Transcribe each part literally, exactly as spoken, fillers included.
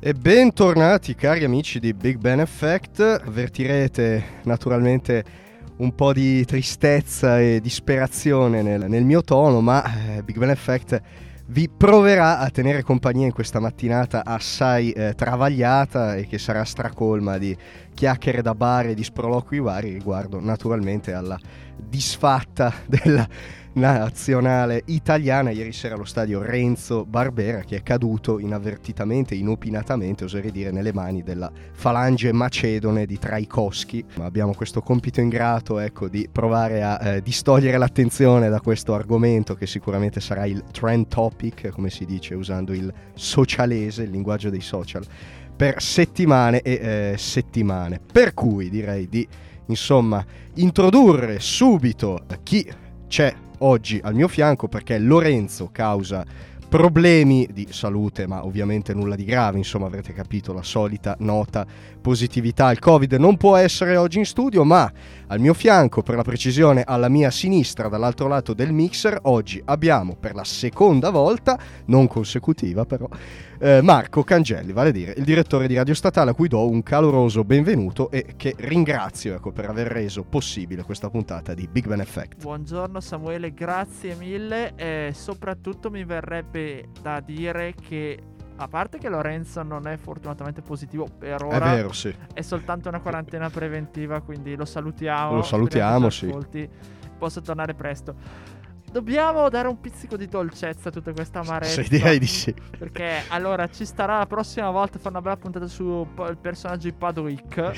E bentornati cari amici di Big Ben Effect. Avvertirete naturalmente un po' di tristezza e disperazione nel, nel mio tono, ma eh, Big Ben Effect vi proverà a tenere compagnia in questa mattinata assai eh, travagliata e che sarà stracolma di chiacchiere da bar e di sproloqui vari riguardo naturalmente alla disfatta della nazionale italiana ieri sera allo stadio Renzo Barbera, che è caduto inavvertitamente, inopinatamente oserei dire, nelle mani della falange macedone di Traikovsky. Ma abbiamo questo compito ingrato, ecco, di provare a eh, distogliere l'attenzione da questo argomento che sicuramente sarà il trend topic, come si dice usando il socialese, il linguaggio dei social, per settimane e eh, settimane. Per cui direi di insomma introdurre subito chi c'è oggi al mio fianco, perché Lorenzo causa problemi di salute, ma ovviamente nulla di grave, insomma avrete capito, la solita nota positività al Covid, non può essere oggi in studio, ma al mio fianco, per la precisione alla mia sinistra, dall'altro lato del mixer, oggi abbiamo per la seconda volta, non consecutiva però, eh, Marco Cangelli, vale a dire il direttore di Radio Statale, a cui do un caloroso benvenuto e che ringrazio, ecco, per aver reso possibile questa puntata di Big Ben Effect. Buongiorno Samuele, grazie mille, e soprattutto mi verrebbe da dire che, a parte che Lorenzo non è fortunatamente positivo per ora, è vero, sì, è soltanto una quarantena preventiva, quindi lo salutiamo. Lo salutiamo, sì. Ascolti, possa tornare presto. Dobbiamo dare un pizzico di dolcezza a tutta questa amarezza. Sì, direi di sì. Perché allora ci starà la prossima volta a fare una bella puntata sul personaggio di Padwick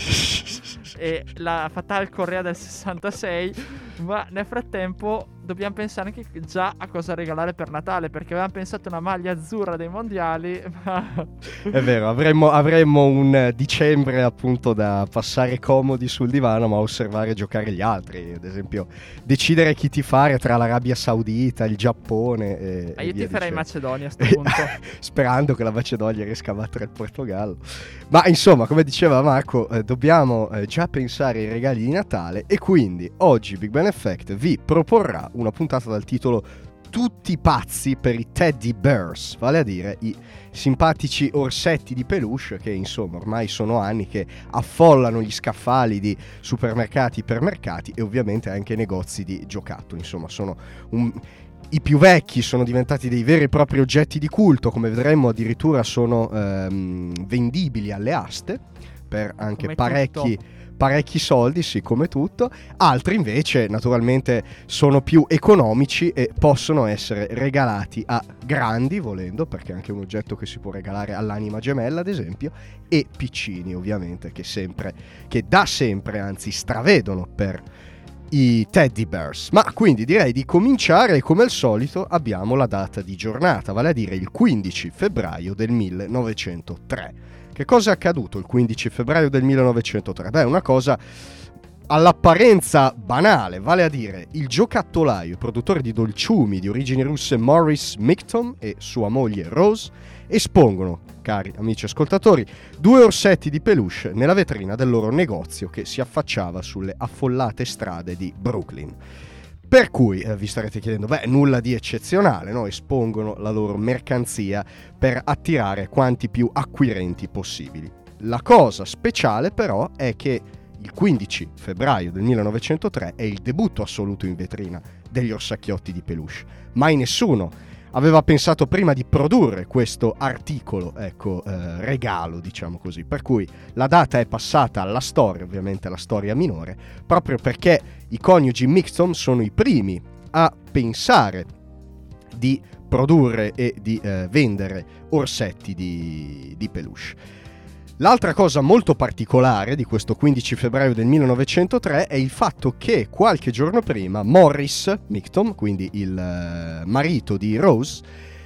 e la Fatal Correa del sessantasei. Ma nel frattempo dobbiamo pensare anche già a cosa regalare per Natale, perché avevamo pensato una maglia azzurra dei mondiali, ma è vero, avremmo, avremmo un dicembre appunto da passare comodi sul divano, ma osservare giocare gli altri, ad esempio decidere chi tifare tra l'Arabia Saudita, il Giappone e, ah, io e via tiferei dicendo. Macedonia a sto punto. Sperando che la Macedonia riesca a battere il Portogallo. Ma insomma, come diceva Marco, eh, dobbiamo eh, già pensare ai regali di Natale, e quindi oggi Big Ben Effect vi proporrà una puntata dal titolo Tutti pazzi per i Teddy Bears, vale a dire i simpatici orsetti di peluche che insomma ormai sono anni che affollano gli scaffali di supermercati, ipermercati e ovviamente anche negozi di giocattoli. Insomma sono un... i più vecchi sono diventati dei veri e propri oggetti di culto, come vedremo addirittura sono ehm, vendibili alle aste per anche come parecchi tutto. parecchi soldi, sì, come tutto. Altri invece naturalmente sono più economici e possono essere regalati a grandi, volendo, perché è anche un oggetto che si può regalare all'anima gemella ad esempio, e piccini ovviamente, che sempre che da sempre anzi stravedono per i Teddy Bears. Ma quindi direi di cominciare, e come al solito abbiamo la data di giornata, vale a dire il quindici febbraio del millenovecentotre. Che cosa è accaduto il quindici febbraio del millenovecentotre? Beh, una cosa all'apparenza banale, vale a dire il giocattolaio e produttore di dolciumi di origini russe Morris Michtom e sua moglie Rose espongono, cari amici ascoltatori, due orsetti di peluche nella vetrina del loro negozio che si affacciava sulle affollate strade di Brooklyn. Per cui eh, vi starete chiedendo, beh, nulla di eccezionale, no? Espongono la loro mercanzia per attirare quanti più acquirenti possibili. La cosa speciale però è che il quindici febbraio del millenovecentotre è il debutto assoluto in vetrina degli orsacchiotti di peluche. Mai nessuno aveva pensato prima di produrre questo articolo, ecco, eh, regalo, diciamo così. Per cui la data è passata alla storia, ovviamente alla storia minore, proprio perché i coniugi Michtom sono i primi a pensare di produrre e di eh, vendere orsetti di, di peluche. L'altra cosa molto particolare di questo quindici febbraio del millenovecentotre è il fatto che qualche giorno prima Morris Michtom, quindi il uh, marito di Rose,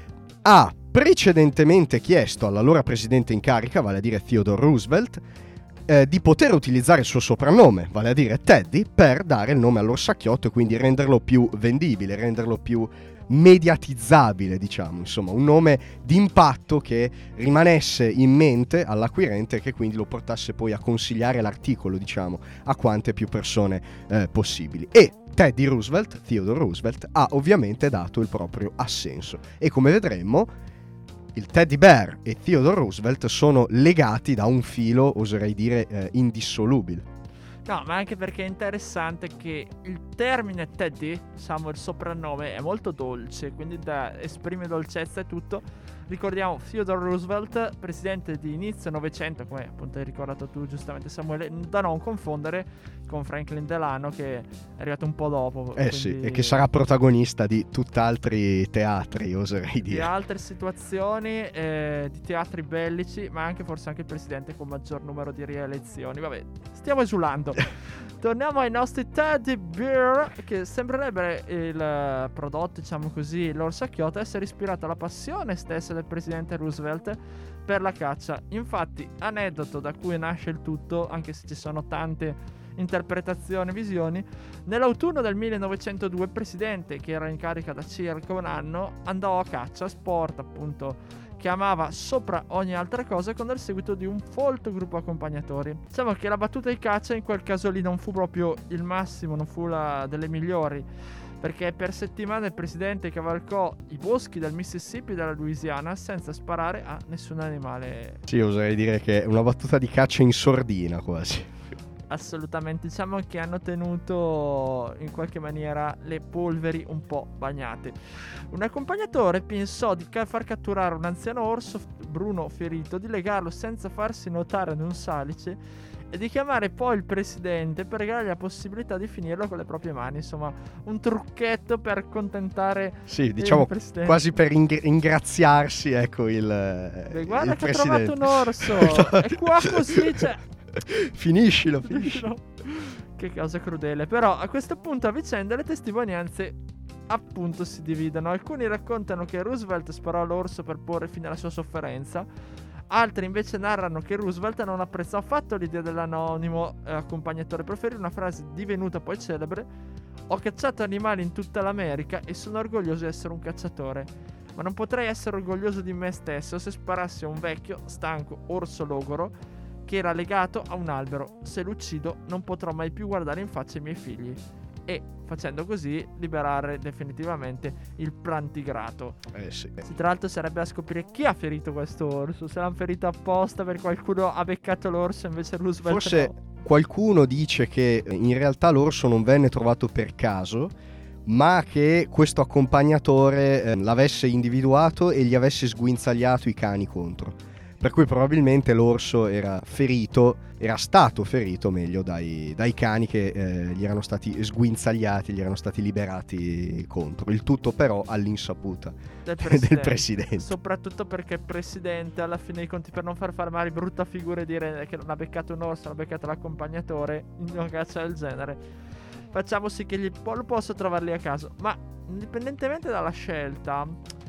ha precedentemente chiesto all'allora presidente in carica, vale a dire Theodore Roosevelt, eh, di poter utilizzare il suo soprannome, vale a dire Teddy, per dare il nome all'orsacchiotto e quindi renderlo più vendibile, renderlo più mediatizzabile, diciamo, insomma un nome d'impatto che rimanesse in mente all'acquirente e che quindi lo portasse poi a consigliare l'articolo, diciamo, a quante più persone eh, possibili. E Teddy Roosevelt, Theodore Roosevelt, ha ovviamente dato il proprio assenso e, come vedremo, il Teddy Bear e Theodore Roosevelt sono legati da un filo, oserei dire, eh, indissolubile. No, ma anche perché è interessante che il termine Teddy, diciamo il soprannome, è molto dolce, quindi da, esprime dolcezza e tutto. Ricordiamo Theodore Roosevelt, presidente di inizio Novecento, come appunto hai ricordato tu giustamente Samuele, da non confondere con Franklin Delano, che è arrivato un po' dopo. Eh quindi... sì, e che sarà protagonista di tutt'altri teatri, oserei dire. Di altre situazioni, eh, di teatri bellici, ma anche forse anche il presidente con maggior numero di rielezioni. Vabbè, stiamo esulando. Torniamo ai nostri Teddy Bear, che sembrerebbe il prodotto, diciamo così, l'orsacchiotto, essere ispirato alla passione stessa del presidente Roosevelt per la caccia. Infatti, aneddoto da cui nasce il tutto, anche se ci sono tante interpretazioni e visioni, nell'autunno del millenovecentodue il presidente, che era in carica da circa un anno, andò a caccia, sport appunto che amava sopra ogni altra cosa, con il seguito di un folto gruppo accompagnatori. Diciamo che la battuta di caccia in quel caso lì non fu proprio il massimo, non fu la delle migliori, perché per settimane il presidente cavalcò i boschi del Mississippi e della Louisiana senza sparare a nessun animale. Sì, oserei dire che è una battuta di caccia in sordina quasi. Assolutamente, diciamo che hanno tenuto in qualche maniera le polveri un po' bagnate. Un accompagnatore pensò di ca- far catturare un anziano orso bruno ferito, di legarlo senza farsi notare ad un salice e di chiamare poi il presidente per dargli la possibilità di finirlo con le proprie mani. Insomma, un trucchetto per accontentare sì, diciamo il presidente, quasi per ing- ringraziarsi, ecco, il, Beh, guarda il che presidente. Ho trovato un orso, è qua così, cioè... Finiscilo, finiscilo. Che cosa crudele. Però a questo punto a vicenda le testimonianze appunto si dividono. Alcuni raccontano che Roosevelt sparò all'orso per porre fine alla sua sofferenza, altri invece narrano che Roosevelt non apprezzò affatto l'idea dell'anonimo eh, accompagnatore. Preferì una frase divenuta poi celebre: ho cacciato animali in tutta l'America e sono orgoglioso di essere un cacciatore, ma non potrei essere orgoglioso di me stesso se sparassi a un vecchio stanco orso logoro che era legato a un albero. Se lo uccido non potrò mai più guardare in faccia i miei figli, e facendo così liberare definitivamente il plantigrato. Eh sì. Sì, tra l'altro sarebbe a scoprire chi ha ferito questo orso, se l'hanno ferito apposta per qualcuno ha beccato l'orso invece Roosevelt forse no. Qualcuno dice che in realtà l'orso non venne trovato per caso, ma che questo accompagnatore eh, l'avesse individuato e gli avesse sguinzagliato i cani contro. Per cui probabilmente l'orso era ferito, era stato ferito meglio dai, dai cani che eh, gli erano stati sguinzagliati, gli erano stati liberati contro. Il tutto però all'insaputa del presidente. del presidente. Soprattutto perché il presidente, alla fine dei conti, per non far fare male brutta figura e dire che non ha beccato un orso, non ha beccato l'accompagnatore in una caccia del genere, facciamo sì che gli, lo possa trovarli a caso. Ma indipendentemente dalla scelta,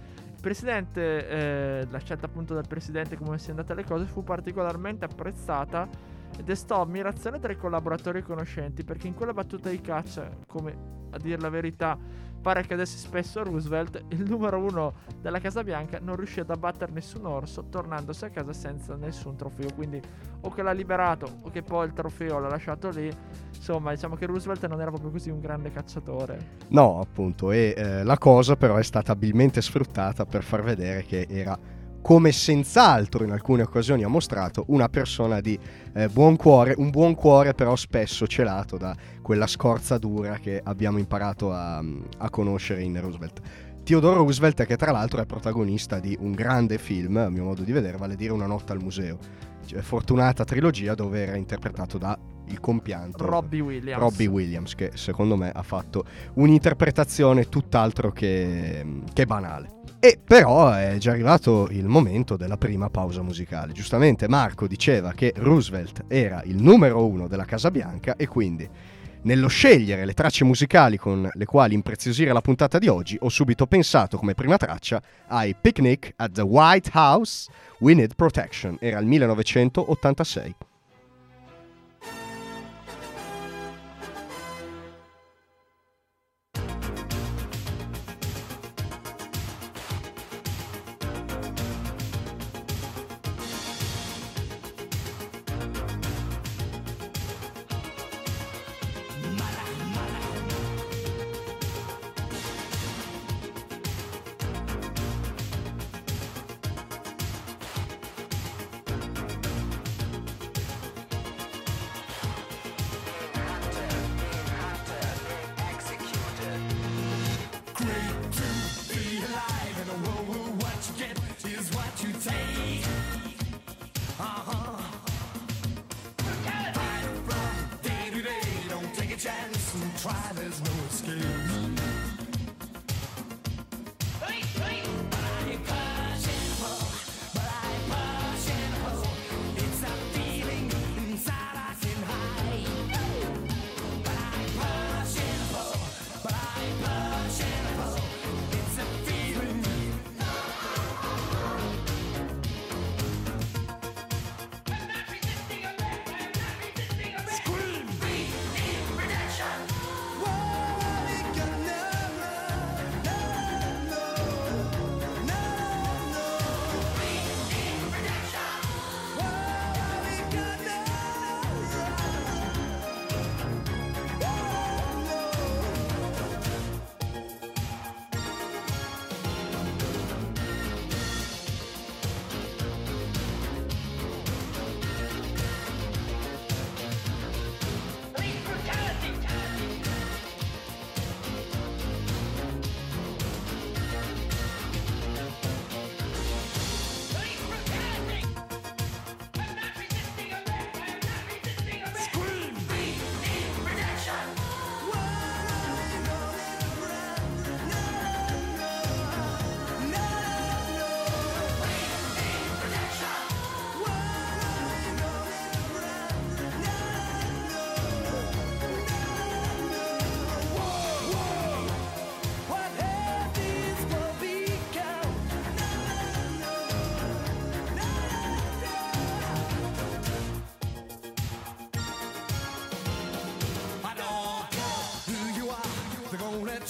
presidente, eh, la scelta appunto del presidente, come si è andate le cose, fu particolarmente apprezzata e destò ammirazione tra i collaboratori e conoscenti, perché in quella battuta di caccia, come a dire la verità pare accadesse spesso a Roosevelt, il numero uno della Casa Bianca non riuscì ad abbattere nessun orso, tornandosi a casa senza nessun trofeo. Quindi o che l'ha liberato o che poi il trofeo l'ha lasciato lì. Insomma, diciamo che Roosevelt non era proprio così un grande cacciatore. No, appunto, e eh, la cosa però è stata abilmente sfruttata per far vedere che era, come senz'altro in alcune occasioni ha mostrato, una persona di eh, buon cuore, un buon cuore però spesso celato da quella scorza dura che abbiamo imparato a, a conoscere in Roosevelt. Theodore Roosevelt, che tra l'altro è protagonista di un grande film, a mio modo di vedere, vale a dire Una notte al museo, cioè, fortunata trilogia, dove era interpretato da il compianto Robbie Williams. Robbie Williams, che secondo me ha fatto un'interpretazione tutt'altro che, che banale. E però è già arrivato il momento della prima pausa musicale. Giustamente Marco diceva che Roosevelt era il numero uno della Casa Bianca, e quindi nello scegliere le tracce musicali con le quali impreziosire la puntata di oggi ho subito pensato come prima traccia ai Picnic at the White House, We Need Protection. Era il millenovecentottantasei.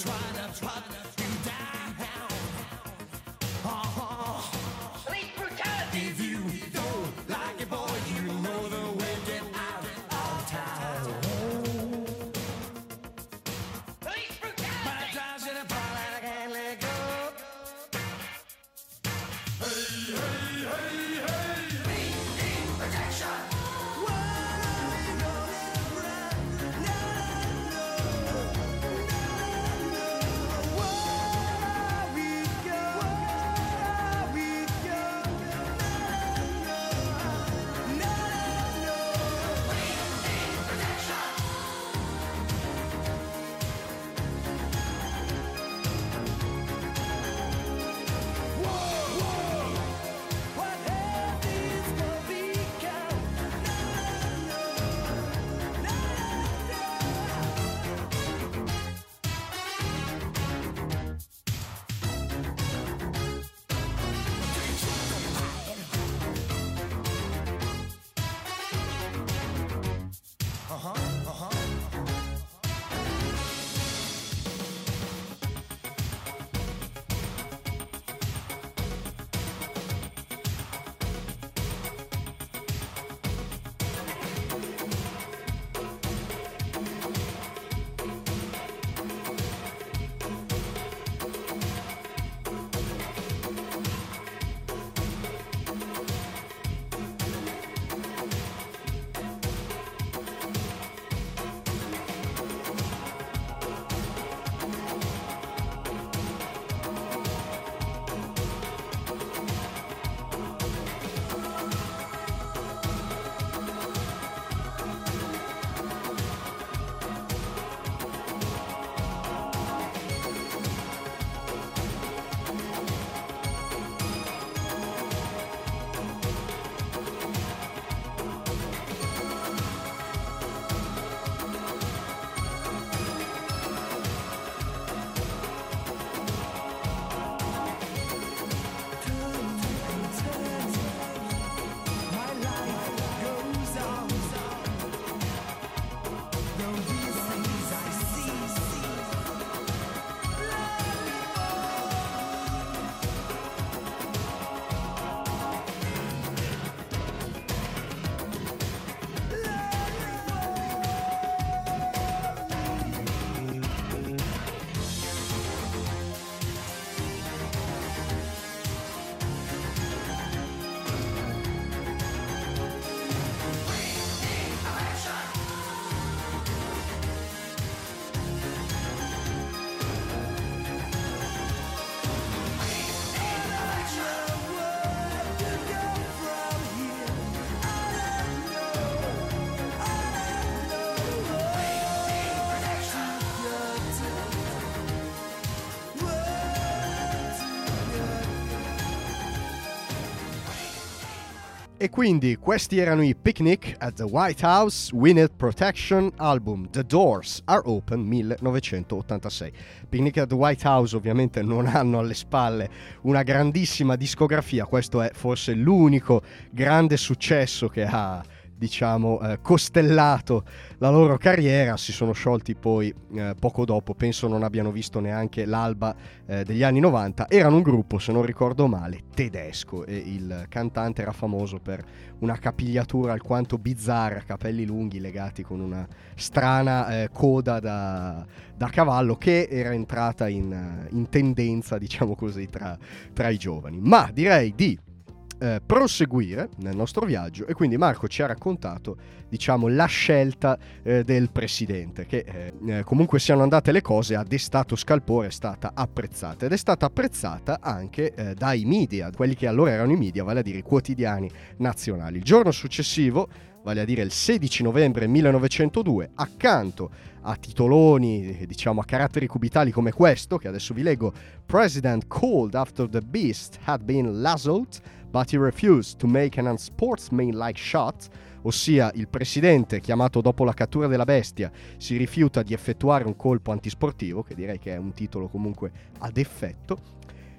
E quindi questi erano i Picnic at the White House, Winnet Protection, album The Doors Are Open millenovecentottantasei. Picnic at the White House ovviamente non hanno alle spalle una grandissima discografia, questo è forse l'unico grande successo che ha, diciamo, eh, costellato la loro carriera. Si sono sciolti poi eh, poco dopo, penso non abbiano visto neanche l'alba eh, degli anni novanta. Erano un gruppo, se non ricordo male, tedesco, e il cantante era famoso per una capigliatura alquanto bizzarra, capelli lunghi legati con una strana eh, coda da, da cavallo, che era entrata in, in tendenza, diciamo così, tra, tra i giovani. Ma direi di Eh, proseguire nel nostro viaggio, e quindi Marco ci ha raccontato, diciamo, la scelta eh, del presidente, che eh, comunque siano andate le cose, ha destato scalpore, è stata apprezzata, ed è stata apprezzata anche eh, dai media, quelli che allora erano i media, vale a dire i quotidiani nazionali. Il giorno successivo, vale a dire il sedici novembre millenovecentodue, accanto a titoloni, diciamo, a caratteri cubitali come questo, che adesso vi leggo: President called after the beast had been lassoed, but he refused to make an unsportsmanlike shot, ossia il presidente chiamato dopo la cattura della bestia si rifiuta di effettuare un colpo antisportivo, che direi che è un titolo comunque ad effetto.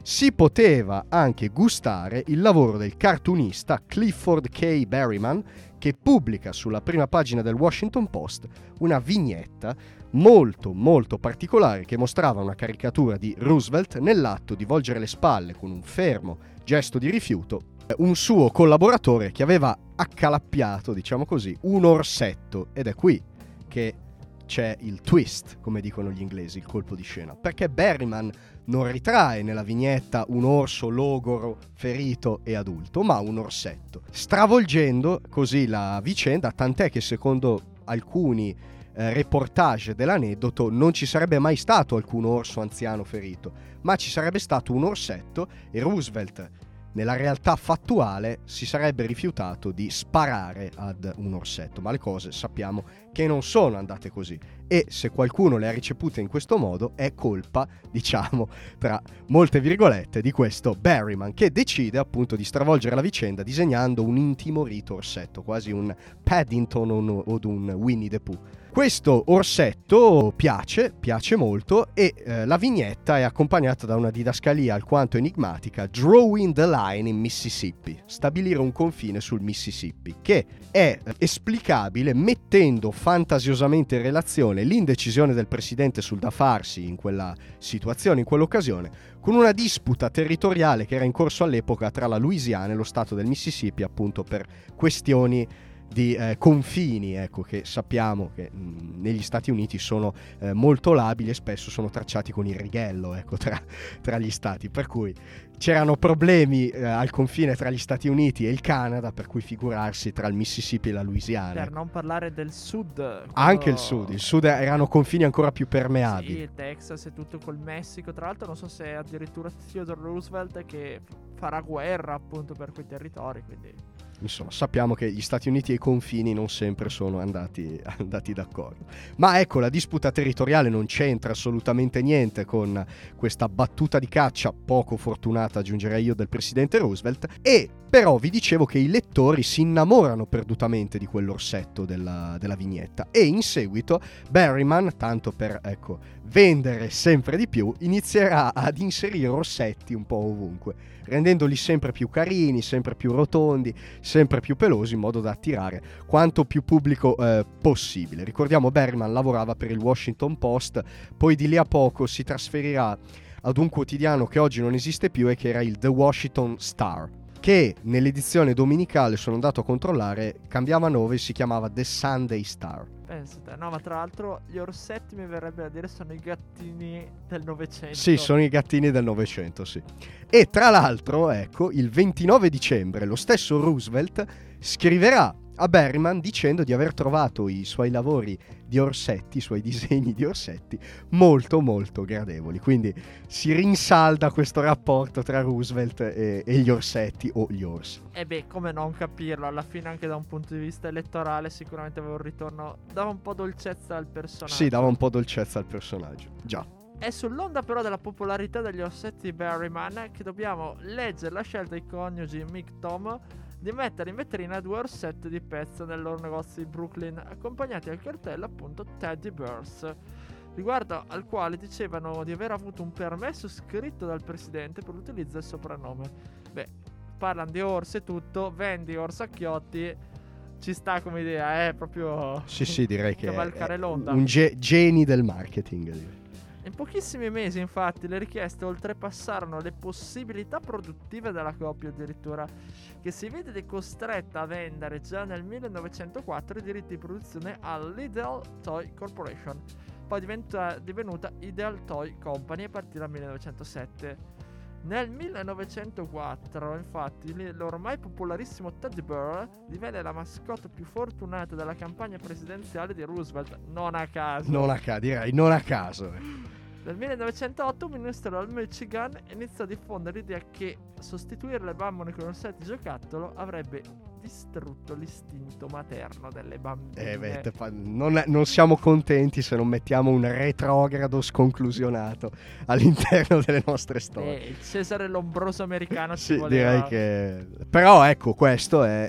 si poteva anche gustare il lavoro del cartoonista Clifford K. Berryman, che pubblica sulla prima pagina del Washington Post una vignetta molto molto particolare che mostrava una caricatura di Roosevelt nell'atto di volgere le spalle con un fermo gesto di rifiuto un suo collaboratore che aveva accalappiato, diciamo così, un orsetto, ed è qui che c'è il twist, come dicono gli inglesi, il colpo di scena, perché Berryman non ritrae nella vignetta un orso logoro, ferito e adulto, ma un orsetto, stravolgendo così la vicenda, tant'è che secondo alcuni eh, reportage dell'aneddoto non ci sarebbe mai stato alcun orso anziano ferito, ma ci sarebbe stato un orsetto e Roosevelt, nella realtà fattuale, si sarebbe rifiutato di sparare ad un orsetto, ma le cose sappiamo che non sono andate così, e se qualcuno le ha ricevute in questo modo è colpa, diciamo, tra molte virgolette, di questo Berryman, che decide appunto di stravolgere la vicenda disegnando un intimorito orsetto, quasi un Paddington o un, o un Winnie the Pooh. Questo orsetto piace, piace molto, e eh, la vignetta è accompagnata da una didascalia alquanto enigmatica, Drawing the Line in Mississippi, stabilire un confine sul Mississippi, che è esplicabile mettendo fantasiosamente in relazione l'indecisione del presidente sul da farsi in quella situazione, in quell'occasione, con una disputa territoriale che era in corso all'epoca tra la Louisiana e lo stato del Mississippi, appunto per questioni di eh, confini, ecco, che sappiamo che mh, negli Stati Uniti sono eh, molto labili e spesso sono tracciati con il righello, ecco, tra, tra gli stati, per cui c'erano problemi eh, al confine tra gli Stati Uniti e il Canada, per cui figurarsi tra il Mississippi e la Louisiana. Per non parlare del sud. Quello... Anche il sud, il sud erano confini ancora più permeabili. Sì, il Texas e tutto col Messico, tra l'altro non so se è addirittura Theodore Roosevelt che farà guerra appunto per quei territori, quindi... Insomma, sappiamo che gli Stati Uniti e i confini non sempre sono andati, andati d'accordo. Ma ecco, la disputa territoriale non c'entra assolutamente niente con questa battuta di caccia poco fortunata, aggiungerei io, del presidente Roosevelt. E però vi dicevo che i lettori si innamorano perdutamente di quell'orsetto della, della vignetta, e in seguito Berryman, tanto per, ecco, vendere sempre di più, inizierà ad inserire orsetti un po' ovunque, rendendoli sempre più carini, sempre più rotondi, sempre più pelosi, in modo da attirare quanto più pubblico eh, possibile. Ricordiamo, Berryman lavorava per il Washington Post, poi di lì a poco si trasferirà ad un quotidiano che oggi non esiste più e che era il The Washington Star, che nell'edizione domenicale, sono andato a controllare, cambiava nome e si chiamava The Sunday Star. Pensate, no, ma tra l'altro gli orsetti, mi verrebbe da dire, sono i gattini del Novecento. Sì, sono i gattini del Novecento, sì. E tra l'altro, ecco, il ventinove dicembre lo stesso Roosevelt scriverà a Berryman dicendo di aver trovato i suoi lavori di orsetti, i suoi disegni di orsetti molto molto gradevoli. Quindi si rinsalda questo rapporto tra Roosevelt e, e gli orsetti o gli orsi. E beh, come non capirlo, alla fine anche da un punto di vista elettorale sicuramente aveva un ritorno, dava un po' dolcezza al personaggio. Sì, dava un po' dolcezza al personaggio, già. È sull'onda però della popolarità degli orsetti di Berryman che dobbiamo leggere la scelta dei coniugi Mick Tom di mettere in vetrina due orsetti di pezzo nel loro negozio di Brooklyn, accompagnati al cartello appunto Teddy Bears, riguardo al quale dicevano di aver avuto un permesso scritto dal presidente per l'utilizzo del soprannome. Beh, parlano di orsi e tutto, vendi orsacchiotti, ci sta come idea, è proprio... Sì, sì, direi che cavalcare è l'onda. un ge- geni del marketing, direi. In pochissimi mesi, infatti, le richieste oltrepassarono le possibilità produttive della coppia, addirittura, che si vede costretta a vendere già nel millenovecentoquattro i diritti di produzione all'Ideal Toy Corporation, poi diventa, divenuta Ideal Toy Company a partire dal millenovecentosette. Nel millenovecentoquattro, infatti, l'ormai popolarissimo Teddy Bear divenne la mascotte più fortunata della campagna presidenziale di Roosevelt, non a caso. Non a caso, direi, non a caso. Nel millenovecentotto un ministro del Michigan iniziò a diffondere l'idea che sostituire le bambole con orsetti giocattolo avrebbe distrutto l'istinto materno delle bambine. Eh beh, fa- non, non siamo contenti se non mettiamo un retrogrado sconclusionato all'interno delle nostre storie. Eh, il Cesare Lombroso americano ci Sì, voleva. direi che... Però ecco, questo è,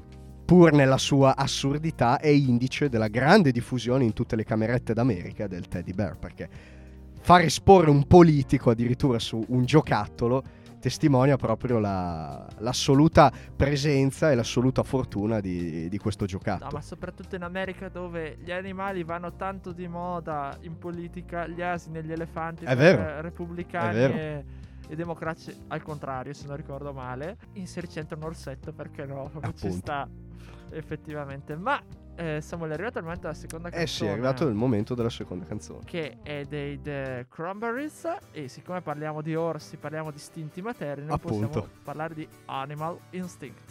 pur nella sua assurdità, è indice della grande diffusione in tutte le camerette d'America del Teddy Bear, perché far esporre un politico addirittura su un giocattolo testimonia proprio la, l'assoluta presenza e l'assoluta fortuna di, di questo giocattolo. No, ma soprattutto in America, dove gli animali vanno tanto di moda in politica, gli asini e gli elefanti, È per vero. repubblicani È vero. e, e democratici al contrario, se non ricordo male. Inserirci dentro un orsetto, perché no? Proprio ci Appunto. sta effettivamente. Ma eh, Samuele, è arrivato il momento della seconda canzone. Eh sì, è arrivato il momento della seconda canzone. Che è dei The Cranberries. E siccome parliamo di orsi, parliamo di istinti materni, non Appunto. possiamo parlare di Animal Instinct.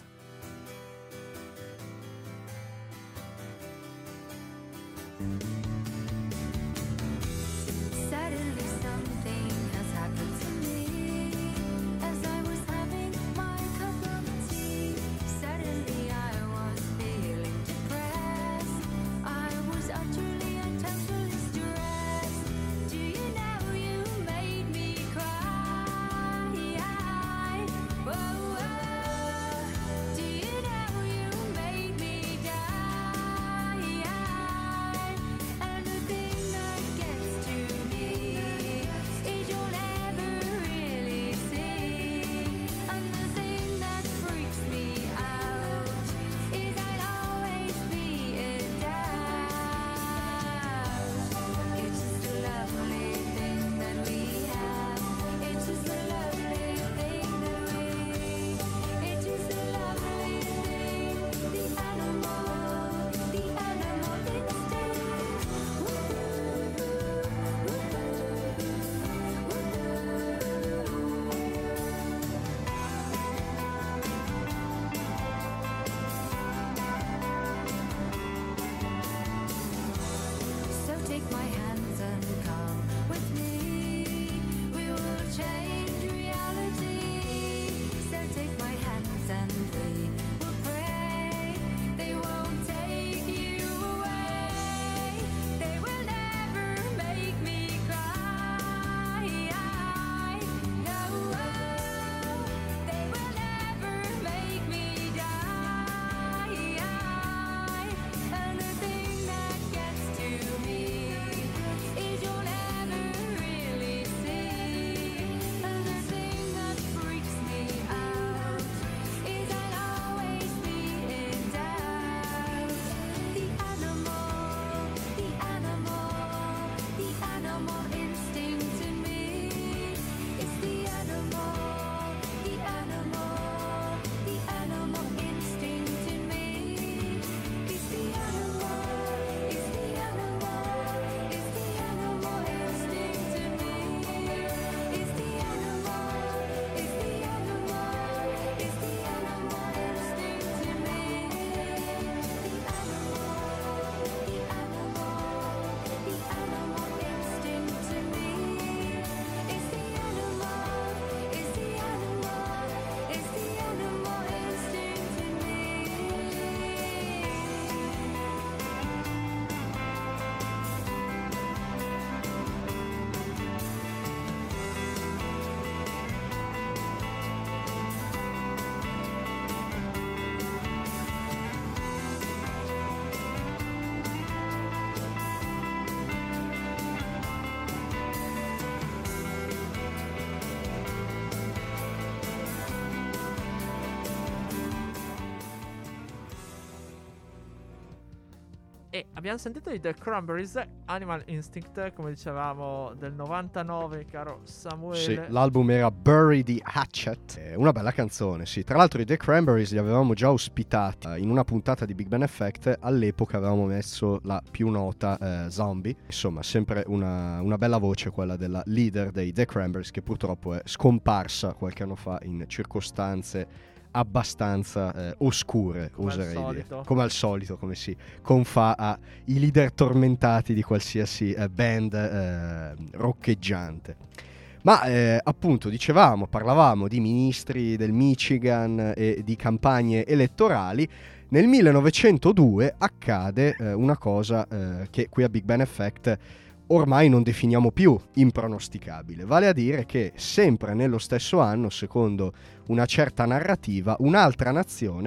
Suddenly something has happened to me. As I was having my cup of tea, suddenly I was feeling depressed. I was utterly and totally stressed. Do you know you made me cry? Whoa, whoa. Do you know you made me die? And the thing that gets to me is you'll never really see. And the thing that freaks me out is I'd always be in doubt. It's just a lovely thing that we have. It's just a lovely thing that we. It's just a lovely thing. The animal, the animal So take my hands and come with me. We will change reality. So take my hands and we will pray. They won't take you away. They will never make me cry. No, they will never make me die. And the thing that gets to me is you'll never really see. And the thing that freaks me out is I'll always be in doubt. The animal, the animal, the animal instinct in me. It's the animal, the animal, the animal instinct in me. It's the animal, it's the animal, it's the animal instinct in me. It's the animal, it's the animal, it's the animal instinct in me. The animal, the animal, the animal instinct in me. It's the animal, it's the animal, it's the animal instinct in me. E abbiamo sentito di The Cranberries, Animal Instinct, come dicevamo, del novantanove, caro Samuele. Sì, l'album era Bury the Hatchet, è una bella canzone, sì. Tra l'altro i The Cranberries li avevamo già ospitati in una puntata di Big Ben Effect. All'epoca avevamo messo la più nota eh, Zombie. Insomma, sempre una, una bella voce quella della leader dei The Cranberries, che purtroppo è scomparsa qualche anno fa in circostanze abbastanza eh, oscure, Come al oserei dire. solito. Come al solito, come si confà ai leader tormentati di qualsiasi eh, band eh, roccheggiante. Ma eh, appunto dicevamo, parlavamo di ministri del Michigan e di campagne elettorali. Nel millenovecentodue accade eh, una cosa eh, che qui a Big Ben Effect ormai non definiamo più impronosticabile, vale a dire che sempre nello stesso anno, secondo una certa narrativa, un'altra nazione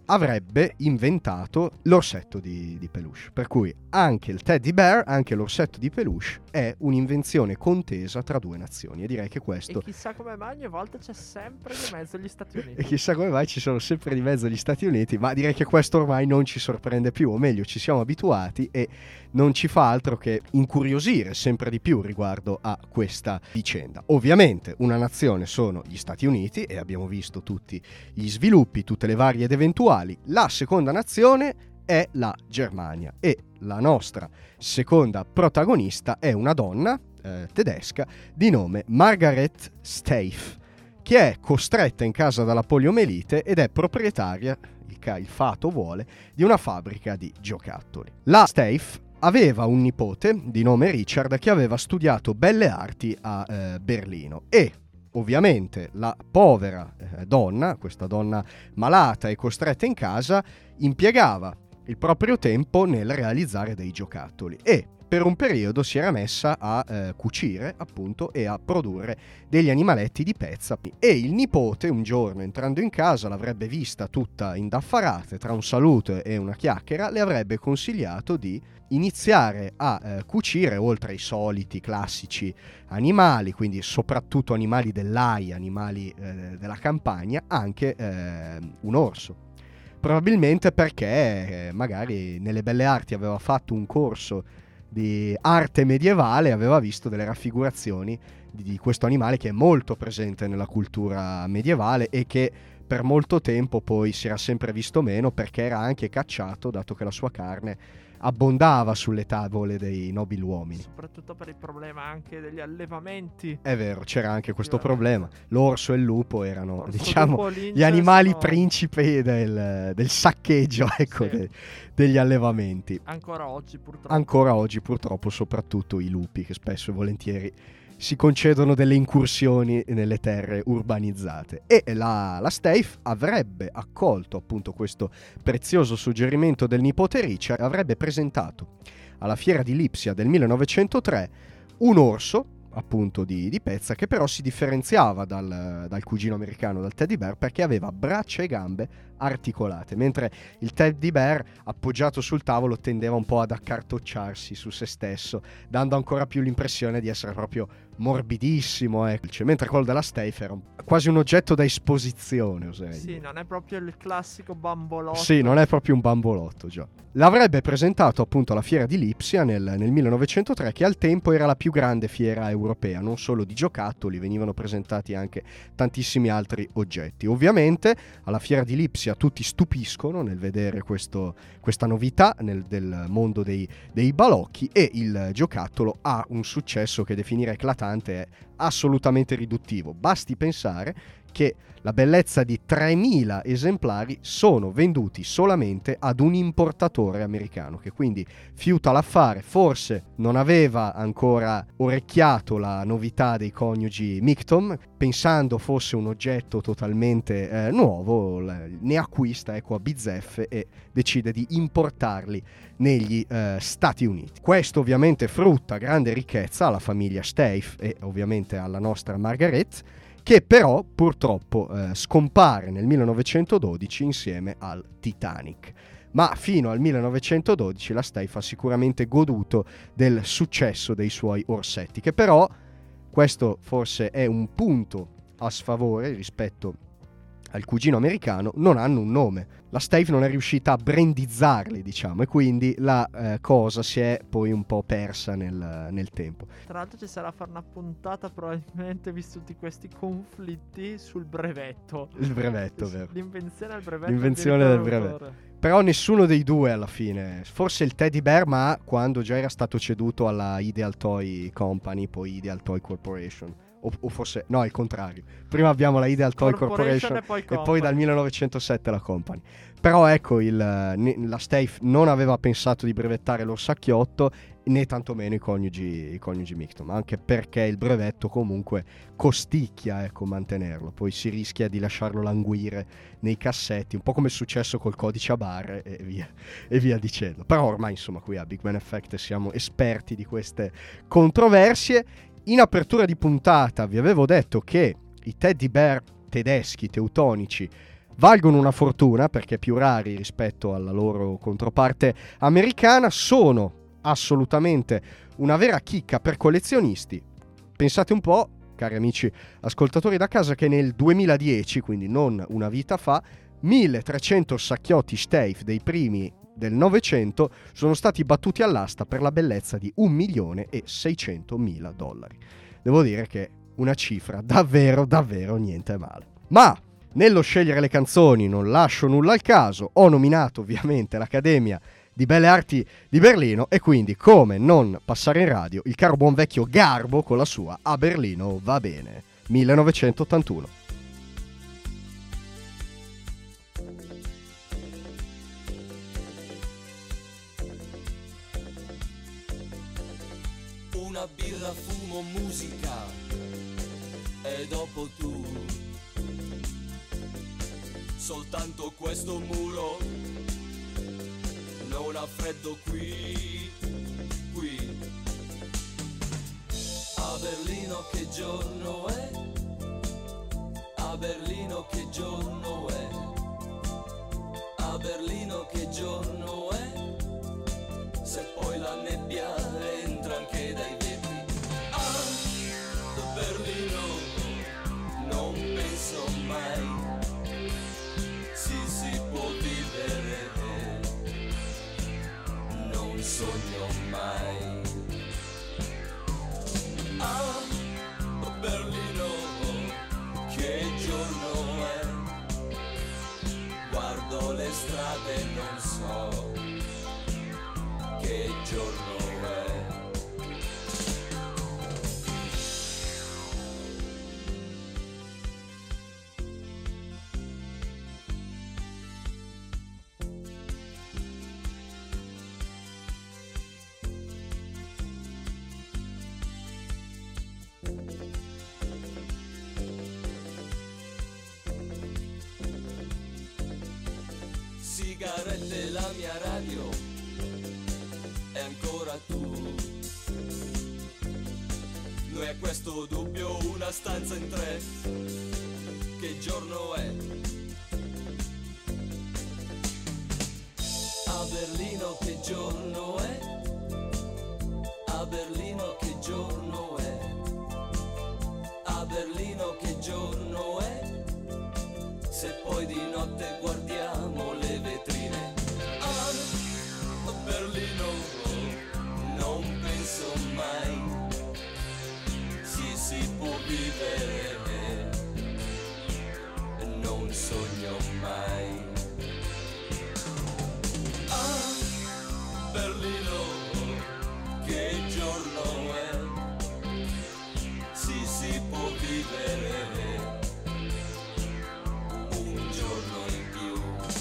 avrebbe inventato l'orsetto di, di peluche. Per cui anche il teddy bear, anche l'orsetto di peluche è un'invenzione contesa tra due nazioni, e direi che questo... E chissà come mai ogni volta c'è sempre di mezzo gli Stati E Uniti. chissà come mai ci sono sempre di mezzo gli Stati Uniti, ma direi che questo ormai non ci sorprende più, o meglio ci siamo abituati, e non ci fa altro che incuriosire sempre di più riguardo a questa vicenda. Ovviamente una nazione sono gli Stati Uniti, e abbiamo visto tutti gli sviluppi, tutte le varie ed eventuali. La seconda nazione è la Germania, e la nostra seconda protagonista è una donna eh, tedesca di nome Margaret Steiff, che è costretta in casa dalla poliomelite ed è proprietaria, il, ca- il fato vuole, di una fabbrica di giocattoli. La Steiff aveva un nipote di nome Richard che aveva studiato belle arti a eh, Berlino, e ovviamente la povera eh, donna, questa donna malata e costretta in casa, impiegava il proprio tempo nel realizzare dei giocattoli, e per un periodo si era messa a eh, cucire, appunto, e a produrre degli animaletti di pezza. E il nipote, un giorno entrando in casa, l'avrebbe vista tutta indaffarata, tra un saluto e una chiacchiera le avrebbe consigliato di iniziare a eh, cucire, oltre ai soliti classici animali, quindi soprattutto animali dell'aia, animali eh, della campagna, anche eh, un orso. Probabilmente perché eh, magari nelle belle arti aveva fatto un corso di arte medievale, aveva visto delle raffigurazioni di, di questo animale che è molto presente nella cultura medievale, e che per molto tempo poi si era sempre visto meno perché era anche cacciato, dato che la sua carne abbondava sulle tavole dei nobiluomini. Soprattutto per il problema anche degli allevamenti. È vero, c'era anche questo Effettivamente. problema. L'orso e il lupo erano, Orso, diciamo, lupo, lince gli animali sono principi del, del saccheggio, ecco, Sì. de- degli allevamenti. Ancora oggi purtroppo. Ancora oggi purtroppo, soprattutto i lupi, che spesso e volentieri si concedono delle incursioni nelle terre urbanizzate. E la, la Steiff avrebbe accolto appunto questo prezioso suggerimento del nipote Richard, avrebbe presentato alla fiera di Lipsia del millenovecentotre un orso, appunto di, di pezza, che però si differenziava dal, dal cugino americano, dal teddy bear, perché aveva braccia e gambe articolate, mentre il teddy bear appoggiato sul tavolo tendeva un po' ad accartocciarsi su se stesso, dando ancora più l'impressione di essere proprio morbidissimo, ecco. Mentre quello della Steiff era un- quasi un oggetto da esposizione, oserei Sì, dire. non è proprio il classico bambolotto. Sì, non è proprio un bambolotto, già. L'avrebbe presentato appunto alla fiera di Lipsia nel, nel millenovecentotre, che al tempo era la più grande fiera europea, non solo di giocattoli, venivano presentati anche tantissimi altri oggetti. Ovviamente alla fiera di Lipsia tutti stupiscono nel vedere questo, questa novità nel, del mondo dei, dei balocchi, e il giocattolo ha un successo che definire eclatante è assolutamente riduttivo. Basti pensare che la bellezza di tremila esemplari sono venduti solamente ad un importatore americano, che quindi fiuta l'affare. Forse non aveva ancora orecchiato la novità dei coniugi Mictom, pensando fosse un oggetto totalmente eh, nuovo, ne acquista, ecco, a bizzeffe, e decide di importarli negli eh, Stati Uniti. Questo ovviamente frutta grande ricchezza alla famiglia Steiff e ovviamente alla nostra Margaret, che però purtroppo eh, scompare nel millenovecentododici insieme al Titanic. Ma fino al millenovecentododici la Steiff ha sicuramente goduto del successo dei suoi orsetti, che però, questo forse è un punto a sfavore rispetto al cugino americano, non hanno un nome. La Steiff non è riuscita a brandizzarli, diciamo, e quindi la eh, cosa si è poi un po' persa nel, nel tempo. Tra l'altro ci sarà a fare una puntata probabilmente, visti tutti questi conflitti, sul brevetto. Il brevetto, Sì, vero. L'invenzione del brevetto. L'invenzione il del diritto brevetto. d'autore. Però nessuno dei due alla fine, forse il teddy bear, ma quando già era stato ceduto alla Ideal Toy Company, poi Ideal Toy Corporation. O, o forse, no, il contrario. Prima abbiamo la Ideal Toy Corporation, e poi, e poi dal millenovecentosette la Company. Però ecco, il, la Steiff non aveva pensato di brevettare l'orsacchiotto, né tantomeno i coniugi, i coniugi Mictom, anche perché il brevetto comunque costicchia, ecco, mantenerlo. Poi si rischia di lasciarlo languire nei cassetti, un po' come è successo col codice a barre e via, e via dicendo. Però ormai, insomma, qui a Big Man Effect siamo esperti di queste controversie. In apertura di puntata vi avevo detto che i teddy bear tedeschi, teutonici, valgono una fortuna perché più rari rispetto alla loro controparte americana, sono assolutamente una vera chicca per collezionisti. Pensate un po', cari amici ascoltatori da casa, che nel duemiladieci, quindi non una vita fa, milletrecento sacchiotti Steiff dei primi del Novecento sono stati battuti all'asta per la bellezza di un milione e seicentomila dollari. Devo dire che una cifra davvero davvero niente male. Ma nello scegliere le canzoni non lascio nulla al caso, ho nominato ovviamente l'Accademia di Belle Arti di Berlino e quindi come non passare in radio il caro buon vecchio Garbo con la sua A Berlino va bene, millenovecentottantuno. Una birra, fumo, musica e dopo tu. Soltanto questo muro non ha freddo qui, qui. A Berlino che giorno è? A Berlino che giorno è? A Berlino che giorno è? Se poi la nebbia entra anche dai vetri. Ah, Berlino, non penso mai si si può vivere, non sogno mai. Ah, Berlino, che giorno è? Guardo le strade e non so che giorno è. Sigarette, la mia radio è ancora tu. Noi a questo dubbio una stanza in tre. Che giorno è? A Berlino che giorno è? A Berlino che giorno è? A Berlino che giorno è? Se poi di notte guardiamo le vetrine. Ah, Berlino, non penso mai si si può vivere, non sogno mai. Ah, Berlino, che giorno è? Si si può vivere un giorno in più.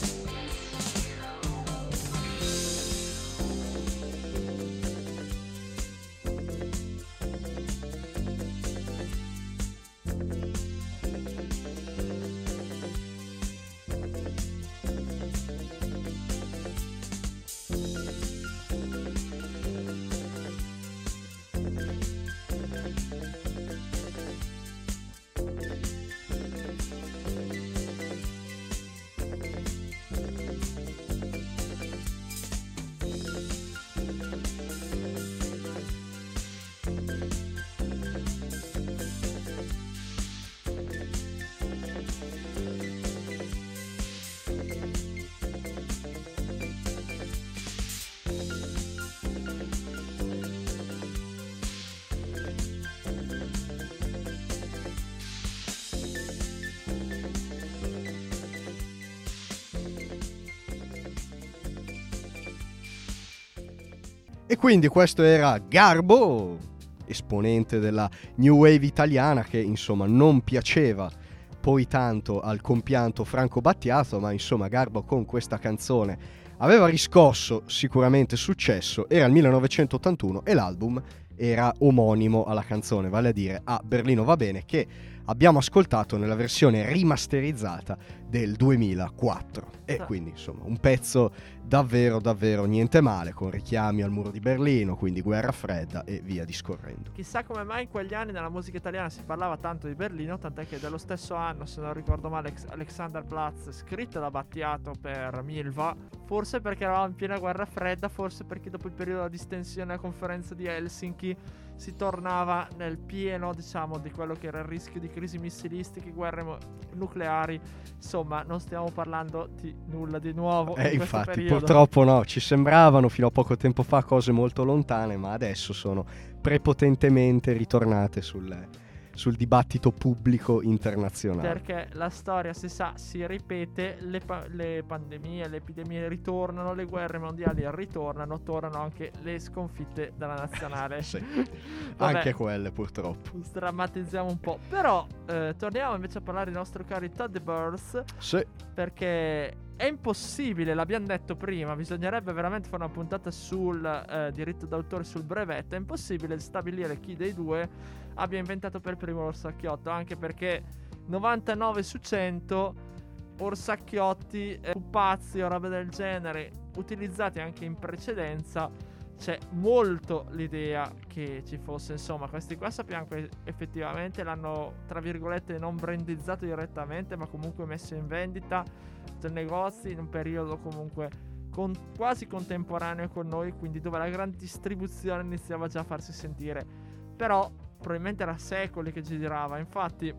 E quindi questo era Garbo, esponente della New Wave italiana, che insomma non piaceva poi tanto al compianto Franco Battiato, ma insomma Garbo con questa canzone aveva riscosso sicuramente successo. Era il millenovecentottantuno e l'album era omonimo alla canzone, vale a dire A Berlino va bene, che abbiamo ascoltato nella versione rimasterizzata del duemilaquattro. E Sì. quindi insomma un pezzo davvero davvero niente male, con richiami al muro di Berlino, quindi guerra fredda e via discorrendo. Chissà come mai in quegli anni nella musica italiana si parlava tanto di Berlino, tant'è che dello stesso anno, se non ricordo male, Alex- Alexanderplatz, scritta da Battiato per Milva, forse perché eravamo in piena guerra fredda, forse perché dopo il periodo di distensione a conferenza di Helsinki si tornava nel pieno, diciamo, di quello che era il rischio di crisi missilistiche, guerre mo- nucleari. Insomma, non stiamo parlando di nulla di nuovo Eh, in questo infatti, periodo. purtroppo no, ci sembravano fino a poco tempo fa cose molto lontane, ma adesso sono prepotentemente ritornate sul, sul dibattito pubblico internazionale. Perché la storia, si sa, si ripete, le, pa- le pandemie, le epidemie ritornano, le guerre mondiali ritornano, tornano anche le sconfitte della nazionale. Sì, Vabbè, anche quelle purtroppo. Sdrammatizziamo un po'. Però eh, torniamo invece a parlare dei nostri cari Toddy Birds, Sì, perché è impossibile, l'abbiamo detto prima, bisognerebbe veramente fare una puntata sul eh, diritto d'autore, sul brevetto. È impossibile stabilire chi dei due abbia inventato per primo l'orsacchiotto, anche perché novantanove su cento orsacchiotti, eh, pupazzi o robe del genere utilizzati anche in precedenza. C'è molto l'idea che ci fosse, insomma, questi qua sappiamo che effettivamente l'hanno, tra virgolette, non brandizzato direttamente, ma comunque messo in vendita nei negozi in un periodo comunque con, quasi contemporaneo con noi, quindi dove la grande distribuzione iniziava già a farsi sentire. Però probabilmente era secoli che girava. Infatti,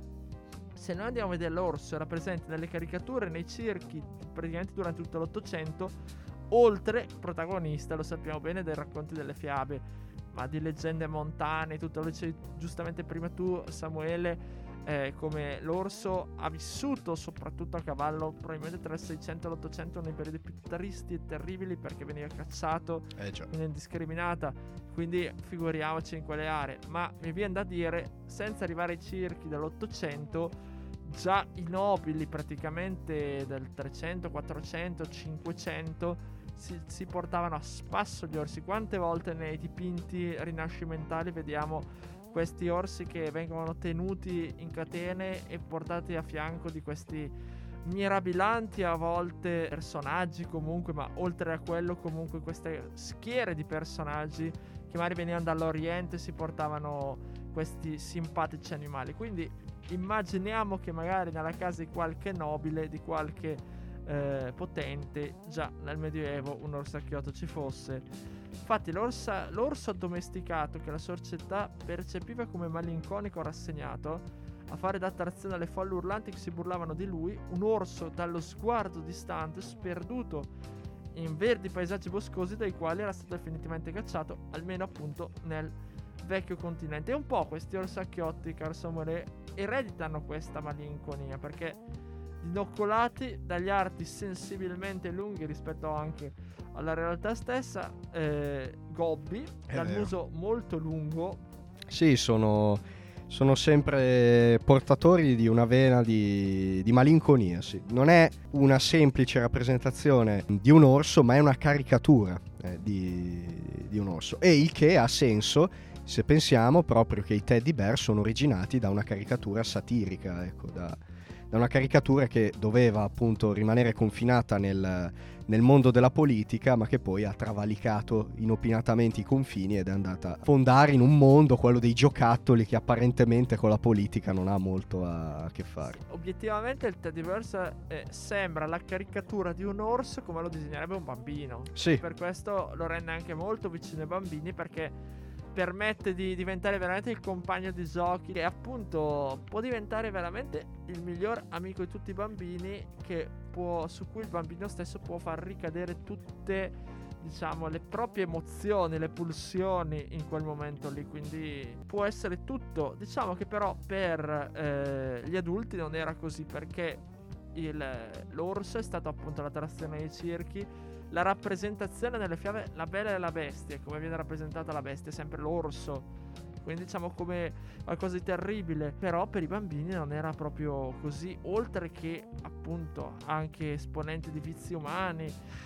se noi andiamo a vedere, l'orso era presente nelle caricature, nei circhi, praticamente durante tutto l'Ottocento, oltre protagonista, lo sappiamo bene, dei racconti delle fiabe, ma di leggende montane, tutto. Lo dicevi giustamente prima tu, Samuele, eh, come l'orso ha vissuto soprattutto a cavallo probabilmente tra il seicento e l'ottocento, nei periodi più tristi e terribili, perché veniva cacciato eh già. in indiscriminata, quindi figuriamoci in quelle aree. Ma mi viene da dire, senza arrivare ai circhi dell'Ottocento, già i nobili praticamente del trecento, quattrocento, cinquecento si, si portavano a spasso gli orsi. Quante volte nei dipinti rinascimentali vediamo questi orsi che vengono tenuti in catene e portati a fianco di questi mirabilanti a volte personaggi, comunque, ma oltre a quello comunque queste schiere di personaggi che magari venivano dall'Oriente e si portavano questi simpatici animali. Quindi immaginiamo che magari nella casa di qualche nobile, di qualche eh, potente, già nel Medioevo un orsacchiotto ci fosse. Infatti l'orsa, l'orso addomesticato, che la società percepiva come malinconico rassegnato, a fare da attrazione alle folle urlanti che si burlavano di lui, un orso dallo sguardo distante, sperduto in verdi paesaggi boscosi dai quali era stato definitivamente cacciato, almeno appunto nel vecchio continente. E un po' questi orsacchiotti, caro Samuele, ereditano questa malinconia, perché dinoccolati dagli arti sensibilmente lunghi rispetto anche alla realtà stessa, eh, gobbi, È dal vero. muso molto lungo. Sì, sono, sono sempre portatori di una vena di, di malinconia, sì. Non è una semplice rappresentazione di un orso, ma è una caricatura eh, di, di un orso. E il che ha senso se pensiamo proprio che i teddy bear sono originati da una caricatura satirica, ecco, da, da una caricatura che doveva appunto rimanere confinata nel, nel mondo della politica, ma che poi ha travalicato inopinatamente i confini ed è andata a fondare in un mondo, quello dei giocattoli, che apparentemente con la politica non ha molto a, a che fare. Obiettivamente il Teddyverse eh, sembra la caricatura di un orso come lo disegnerebbe un bambino. Sì, Per questo lo rende anche molto vicino ai bambini, perché permette di diventare veramente il compagno di giochi e appunto può diventare veramente il miglior amico di tutti i bambini, che può, su cui il bambino stesso può far ricadere tutte, diciamo, le proprie emozioni, le pulsioni in quel momento lì. Quindi può essere tutto. Diciamo che però per eh, gli adulti non era così, perché il, l'orso è stato appunto l'attrazione dei circhi, la rappresentazione nelle fiabe, la bella e la bestia, come viene rappresentata la bestia è sempre l'orso, quindi diciamo come qualcosa di terribile. Però per i bambini non era proprio così, oltre che appunto anche esponenti di vizi umani,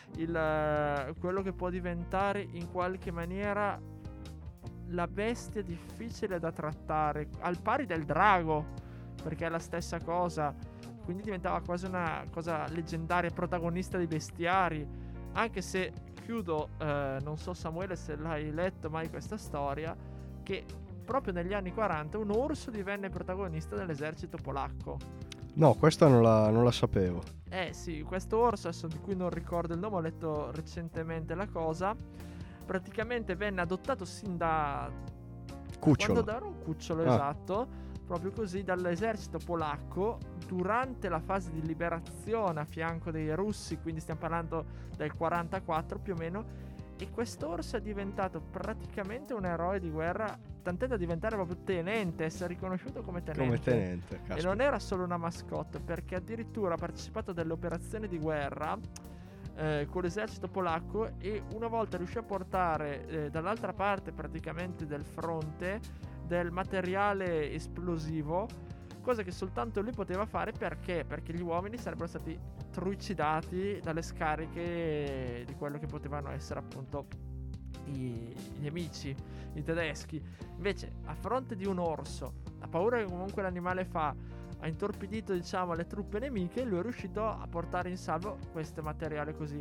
il, quello che può diventare in qualche maniera la bestia difficile da trattare, al pari del drago, perché è la stessa cosa, quindi diventava quasi una cosa leggendaria, protagonista dei bestiari. Anche se chiudo, eh, non so Samuele se l'hai letto mai questa storia, che proprio negli anni quaranta un orso divenne protagonista dell'esercito polacco. No, questa non la, non la sapevo. Eh sì, questo orso, adesso di cui non ricordo il nome, ho letto recentemente la cosa, praticamente venne adottato sin da... Cucciolo. Quando era un cucciolo, Ah. esatto, proprio così, dall'esercito polacco durante la fase di liberazione a fianco dei russi, quindi stiamo parlando del quarantaquattro più o meno, e quest'orso è diventato praticamente un eroe di guerra, tant'è da diventare proprio tenente, essere riconosciuto come tenente. Come tenente, E caspita. non era solo una mascotte, perché addirittura ha partecipato a delle operazioni di guerra eh, con l'esercito polacco, e una volta riuscì a portare eh, dall'altra parte praticamente del fronte del materiale esplosivo, cosa che soltanto lui poteva fare. Perché? Perché gli uomini sarebbero stati trucidati dalle scariche di quello che potevano essere appunto i, i nemici, i tedeschi. Invece, a fronte di un orso, la paura che comunque l'animale fa ha intorpidito, diciamo, le truppe nemiche, lui è riuscito a portare in salvo questo materiale così.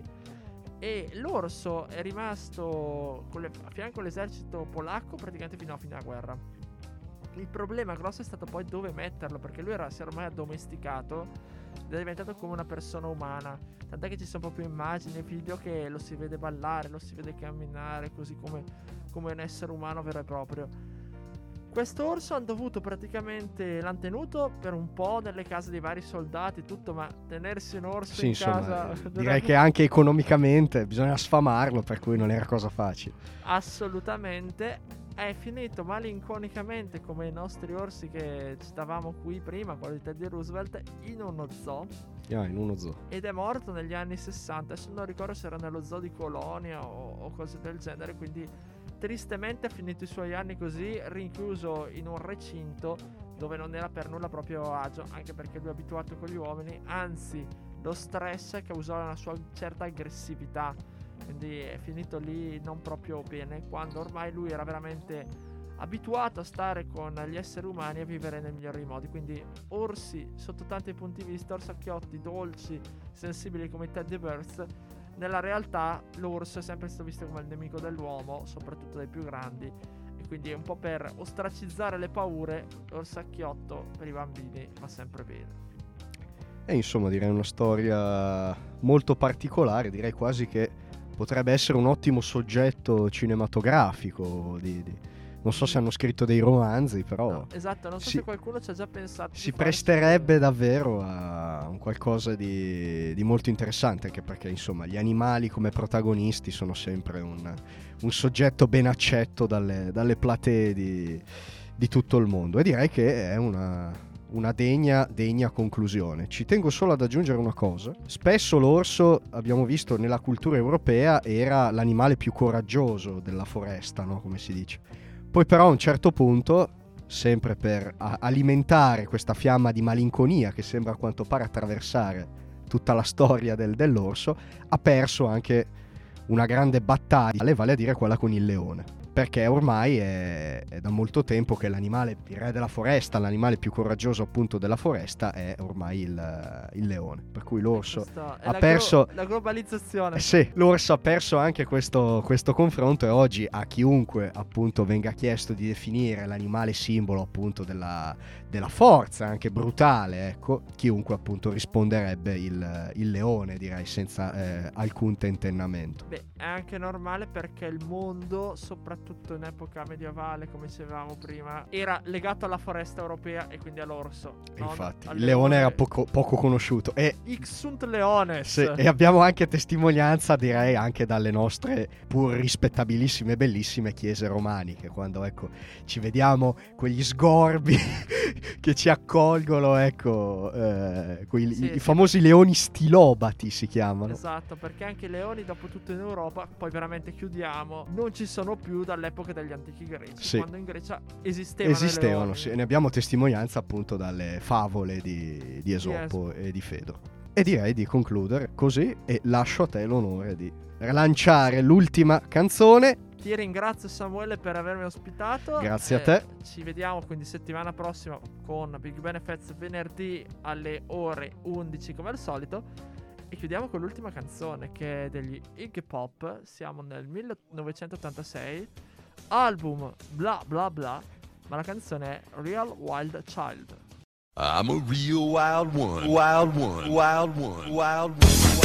E l'orso è rimasto con le- a fianco all'esercito polacco praticamente fino a fine della guerra. Il problema grosso è stato poi dove metterlo, perché lui era, si era ormai addomesticato ed è diventato come una persona umana. Tant'è che ci sono proprio immagini e video che lo si vede ballare, lo si vede camminare, così come, come un essere umano vero e proprio. Questo orso hanno dovuto praticamente, l'hanno tenuto per un po' nelle case dei vari soldati e tutto, ma tenersi un orso Sì, in insomma, casa eh, non direi è- che anche economicamente bisogna sfamarlo, per cui non era cosa facile. assolutamente. È finito malinconicamente come i nostri orsi che citavamo qui prima, quello di Teddy Roosevelt, in uno zoo, Ah, in uno zoo. ed è morto negli anni sessanta. Adesso non ricordo se era nello zoo di Colonia o, o cose del genere, quindi tristemente ha finito i suoi anni così, rinchiuso in un recinto dove non era per nulla proprio agio, anche perché lui è abituato con gli uomini, anzi lo stress causò una sua certa aggressività, quindi è finito lì non proprio bene, quando ormai lui era veramente abituato a stare con gli esseri umani e vivere nei migliori modi. Quindi orsi sotto tanti punti di vista, orsacchiotti dolci, sensibili come i teddy bears, nella realtà l'orso è sempre stato visto come il nemico dell'uomo, soprattutto dai più grandi, e quindi è un po' per ostracizzare le paure. L'orsacchiotto per i bambini va sempre bene. E insomma, direi una storia molto particolare, direi quasi che potrebbe essere un ottimo soggetto cinematografico. Di, di- Non so se hanno scritto dei romanzi, però No, esatto, non so si- se qualcuno ci ha già pensato di si fare presterebbe davvero a un qualcosa di, di molto interessante, anche perché insomma gli animali come protagonisti sono sempre un, un soggetto ben accetto dalle, dalle platee di, di tutto il mondo, e direi che è una, una degna, degna conclusione. Ci tengo solo ad aggiungere una cosa: spesso l'orso, abbiamo visto nella cultura europea, era l'animale più coraggioso della foresta, no? Come si dice. Poi però a un certo punto, sempre per a- alimentare questa fiamma di malinconia che sembra a quanto pare attraversare tutta la storia del- dell'orso, ha perso anche una grande battaglia, vale a dire quella con il leone. Perché ormai è, è da molto tempo che l'animale, il re della foresta, l'animale più coraggioso appunto della foresta, è ormai il, il leone. Per cui l'orso Questa è ha la perso... glo- la globalizzazione. Eh sì, l'orso ha perso anche questo, questo confronto, e oggi a chiunque appunto venga chiesto di definire l'animale simbolo appunto della, della forza, anche brutale, ecco, chiunque appunto risponderebbe il, il leone, direi, senza eh, alcun tentennamento. Beh, è anche normale, perché il mondo, soprattutto in epoca medievale, come dicevamo prima, era legato alla foresta europea e quindi all'orso. E non infatti al il leone era poco, poco conosciuto, e Ixunt leones. sì, e abbiamo anche testimonianza, direi, anche dalle nostre pur rispettabilissime e bellissime chiese romaniche, quando ecco ci vediamo quegli sgorbi che ci accolgono, ecco, eh, quei- Sì, i, i sì. famosi leoni stilobati si chiamano. Esatto, perché anche i leoni, dopo tutto in Europa, poi veramente chiudiamo, non ci sono più dall'epoca degli antichi greci, Sì. quando in Grecia esistevano, i Esistevano, leoni. sì, e ne abbiamo testimonianza appunto dalle favole di, di Esopo e di Fedro. E direi di concludere così, e lascio a te l'onore di lanciare l'ultima canzone, Ti ringrazio Samuele per avermi ospitato. Grazie a Eh, te. Ci vediamo quindi settimana prossima con Big Ben Effects venerdì alle ore undici come al solito. E chiudiamo con l'ultima canzone che è degli Iggy Pop. Siamo nel millenovecentottantasei. Album bla bla bla. Ma la canzone è Real Wild Child. I'm a real wild one, wild one, wild one, wild one.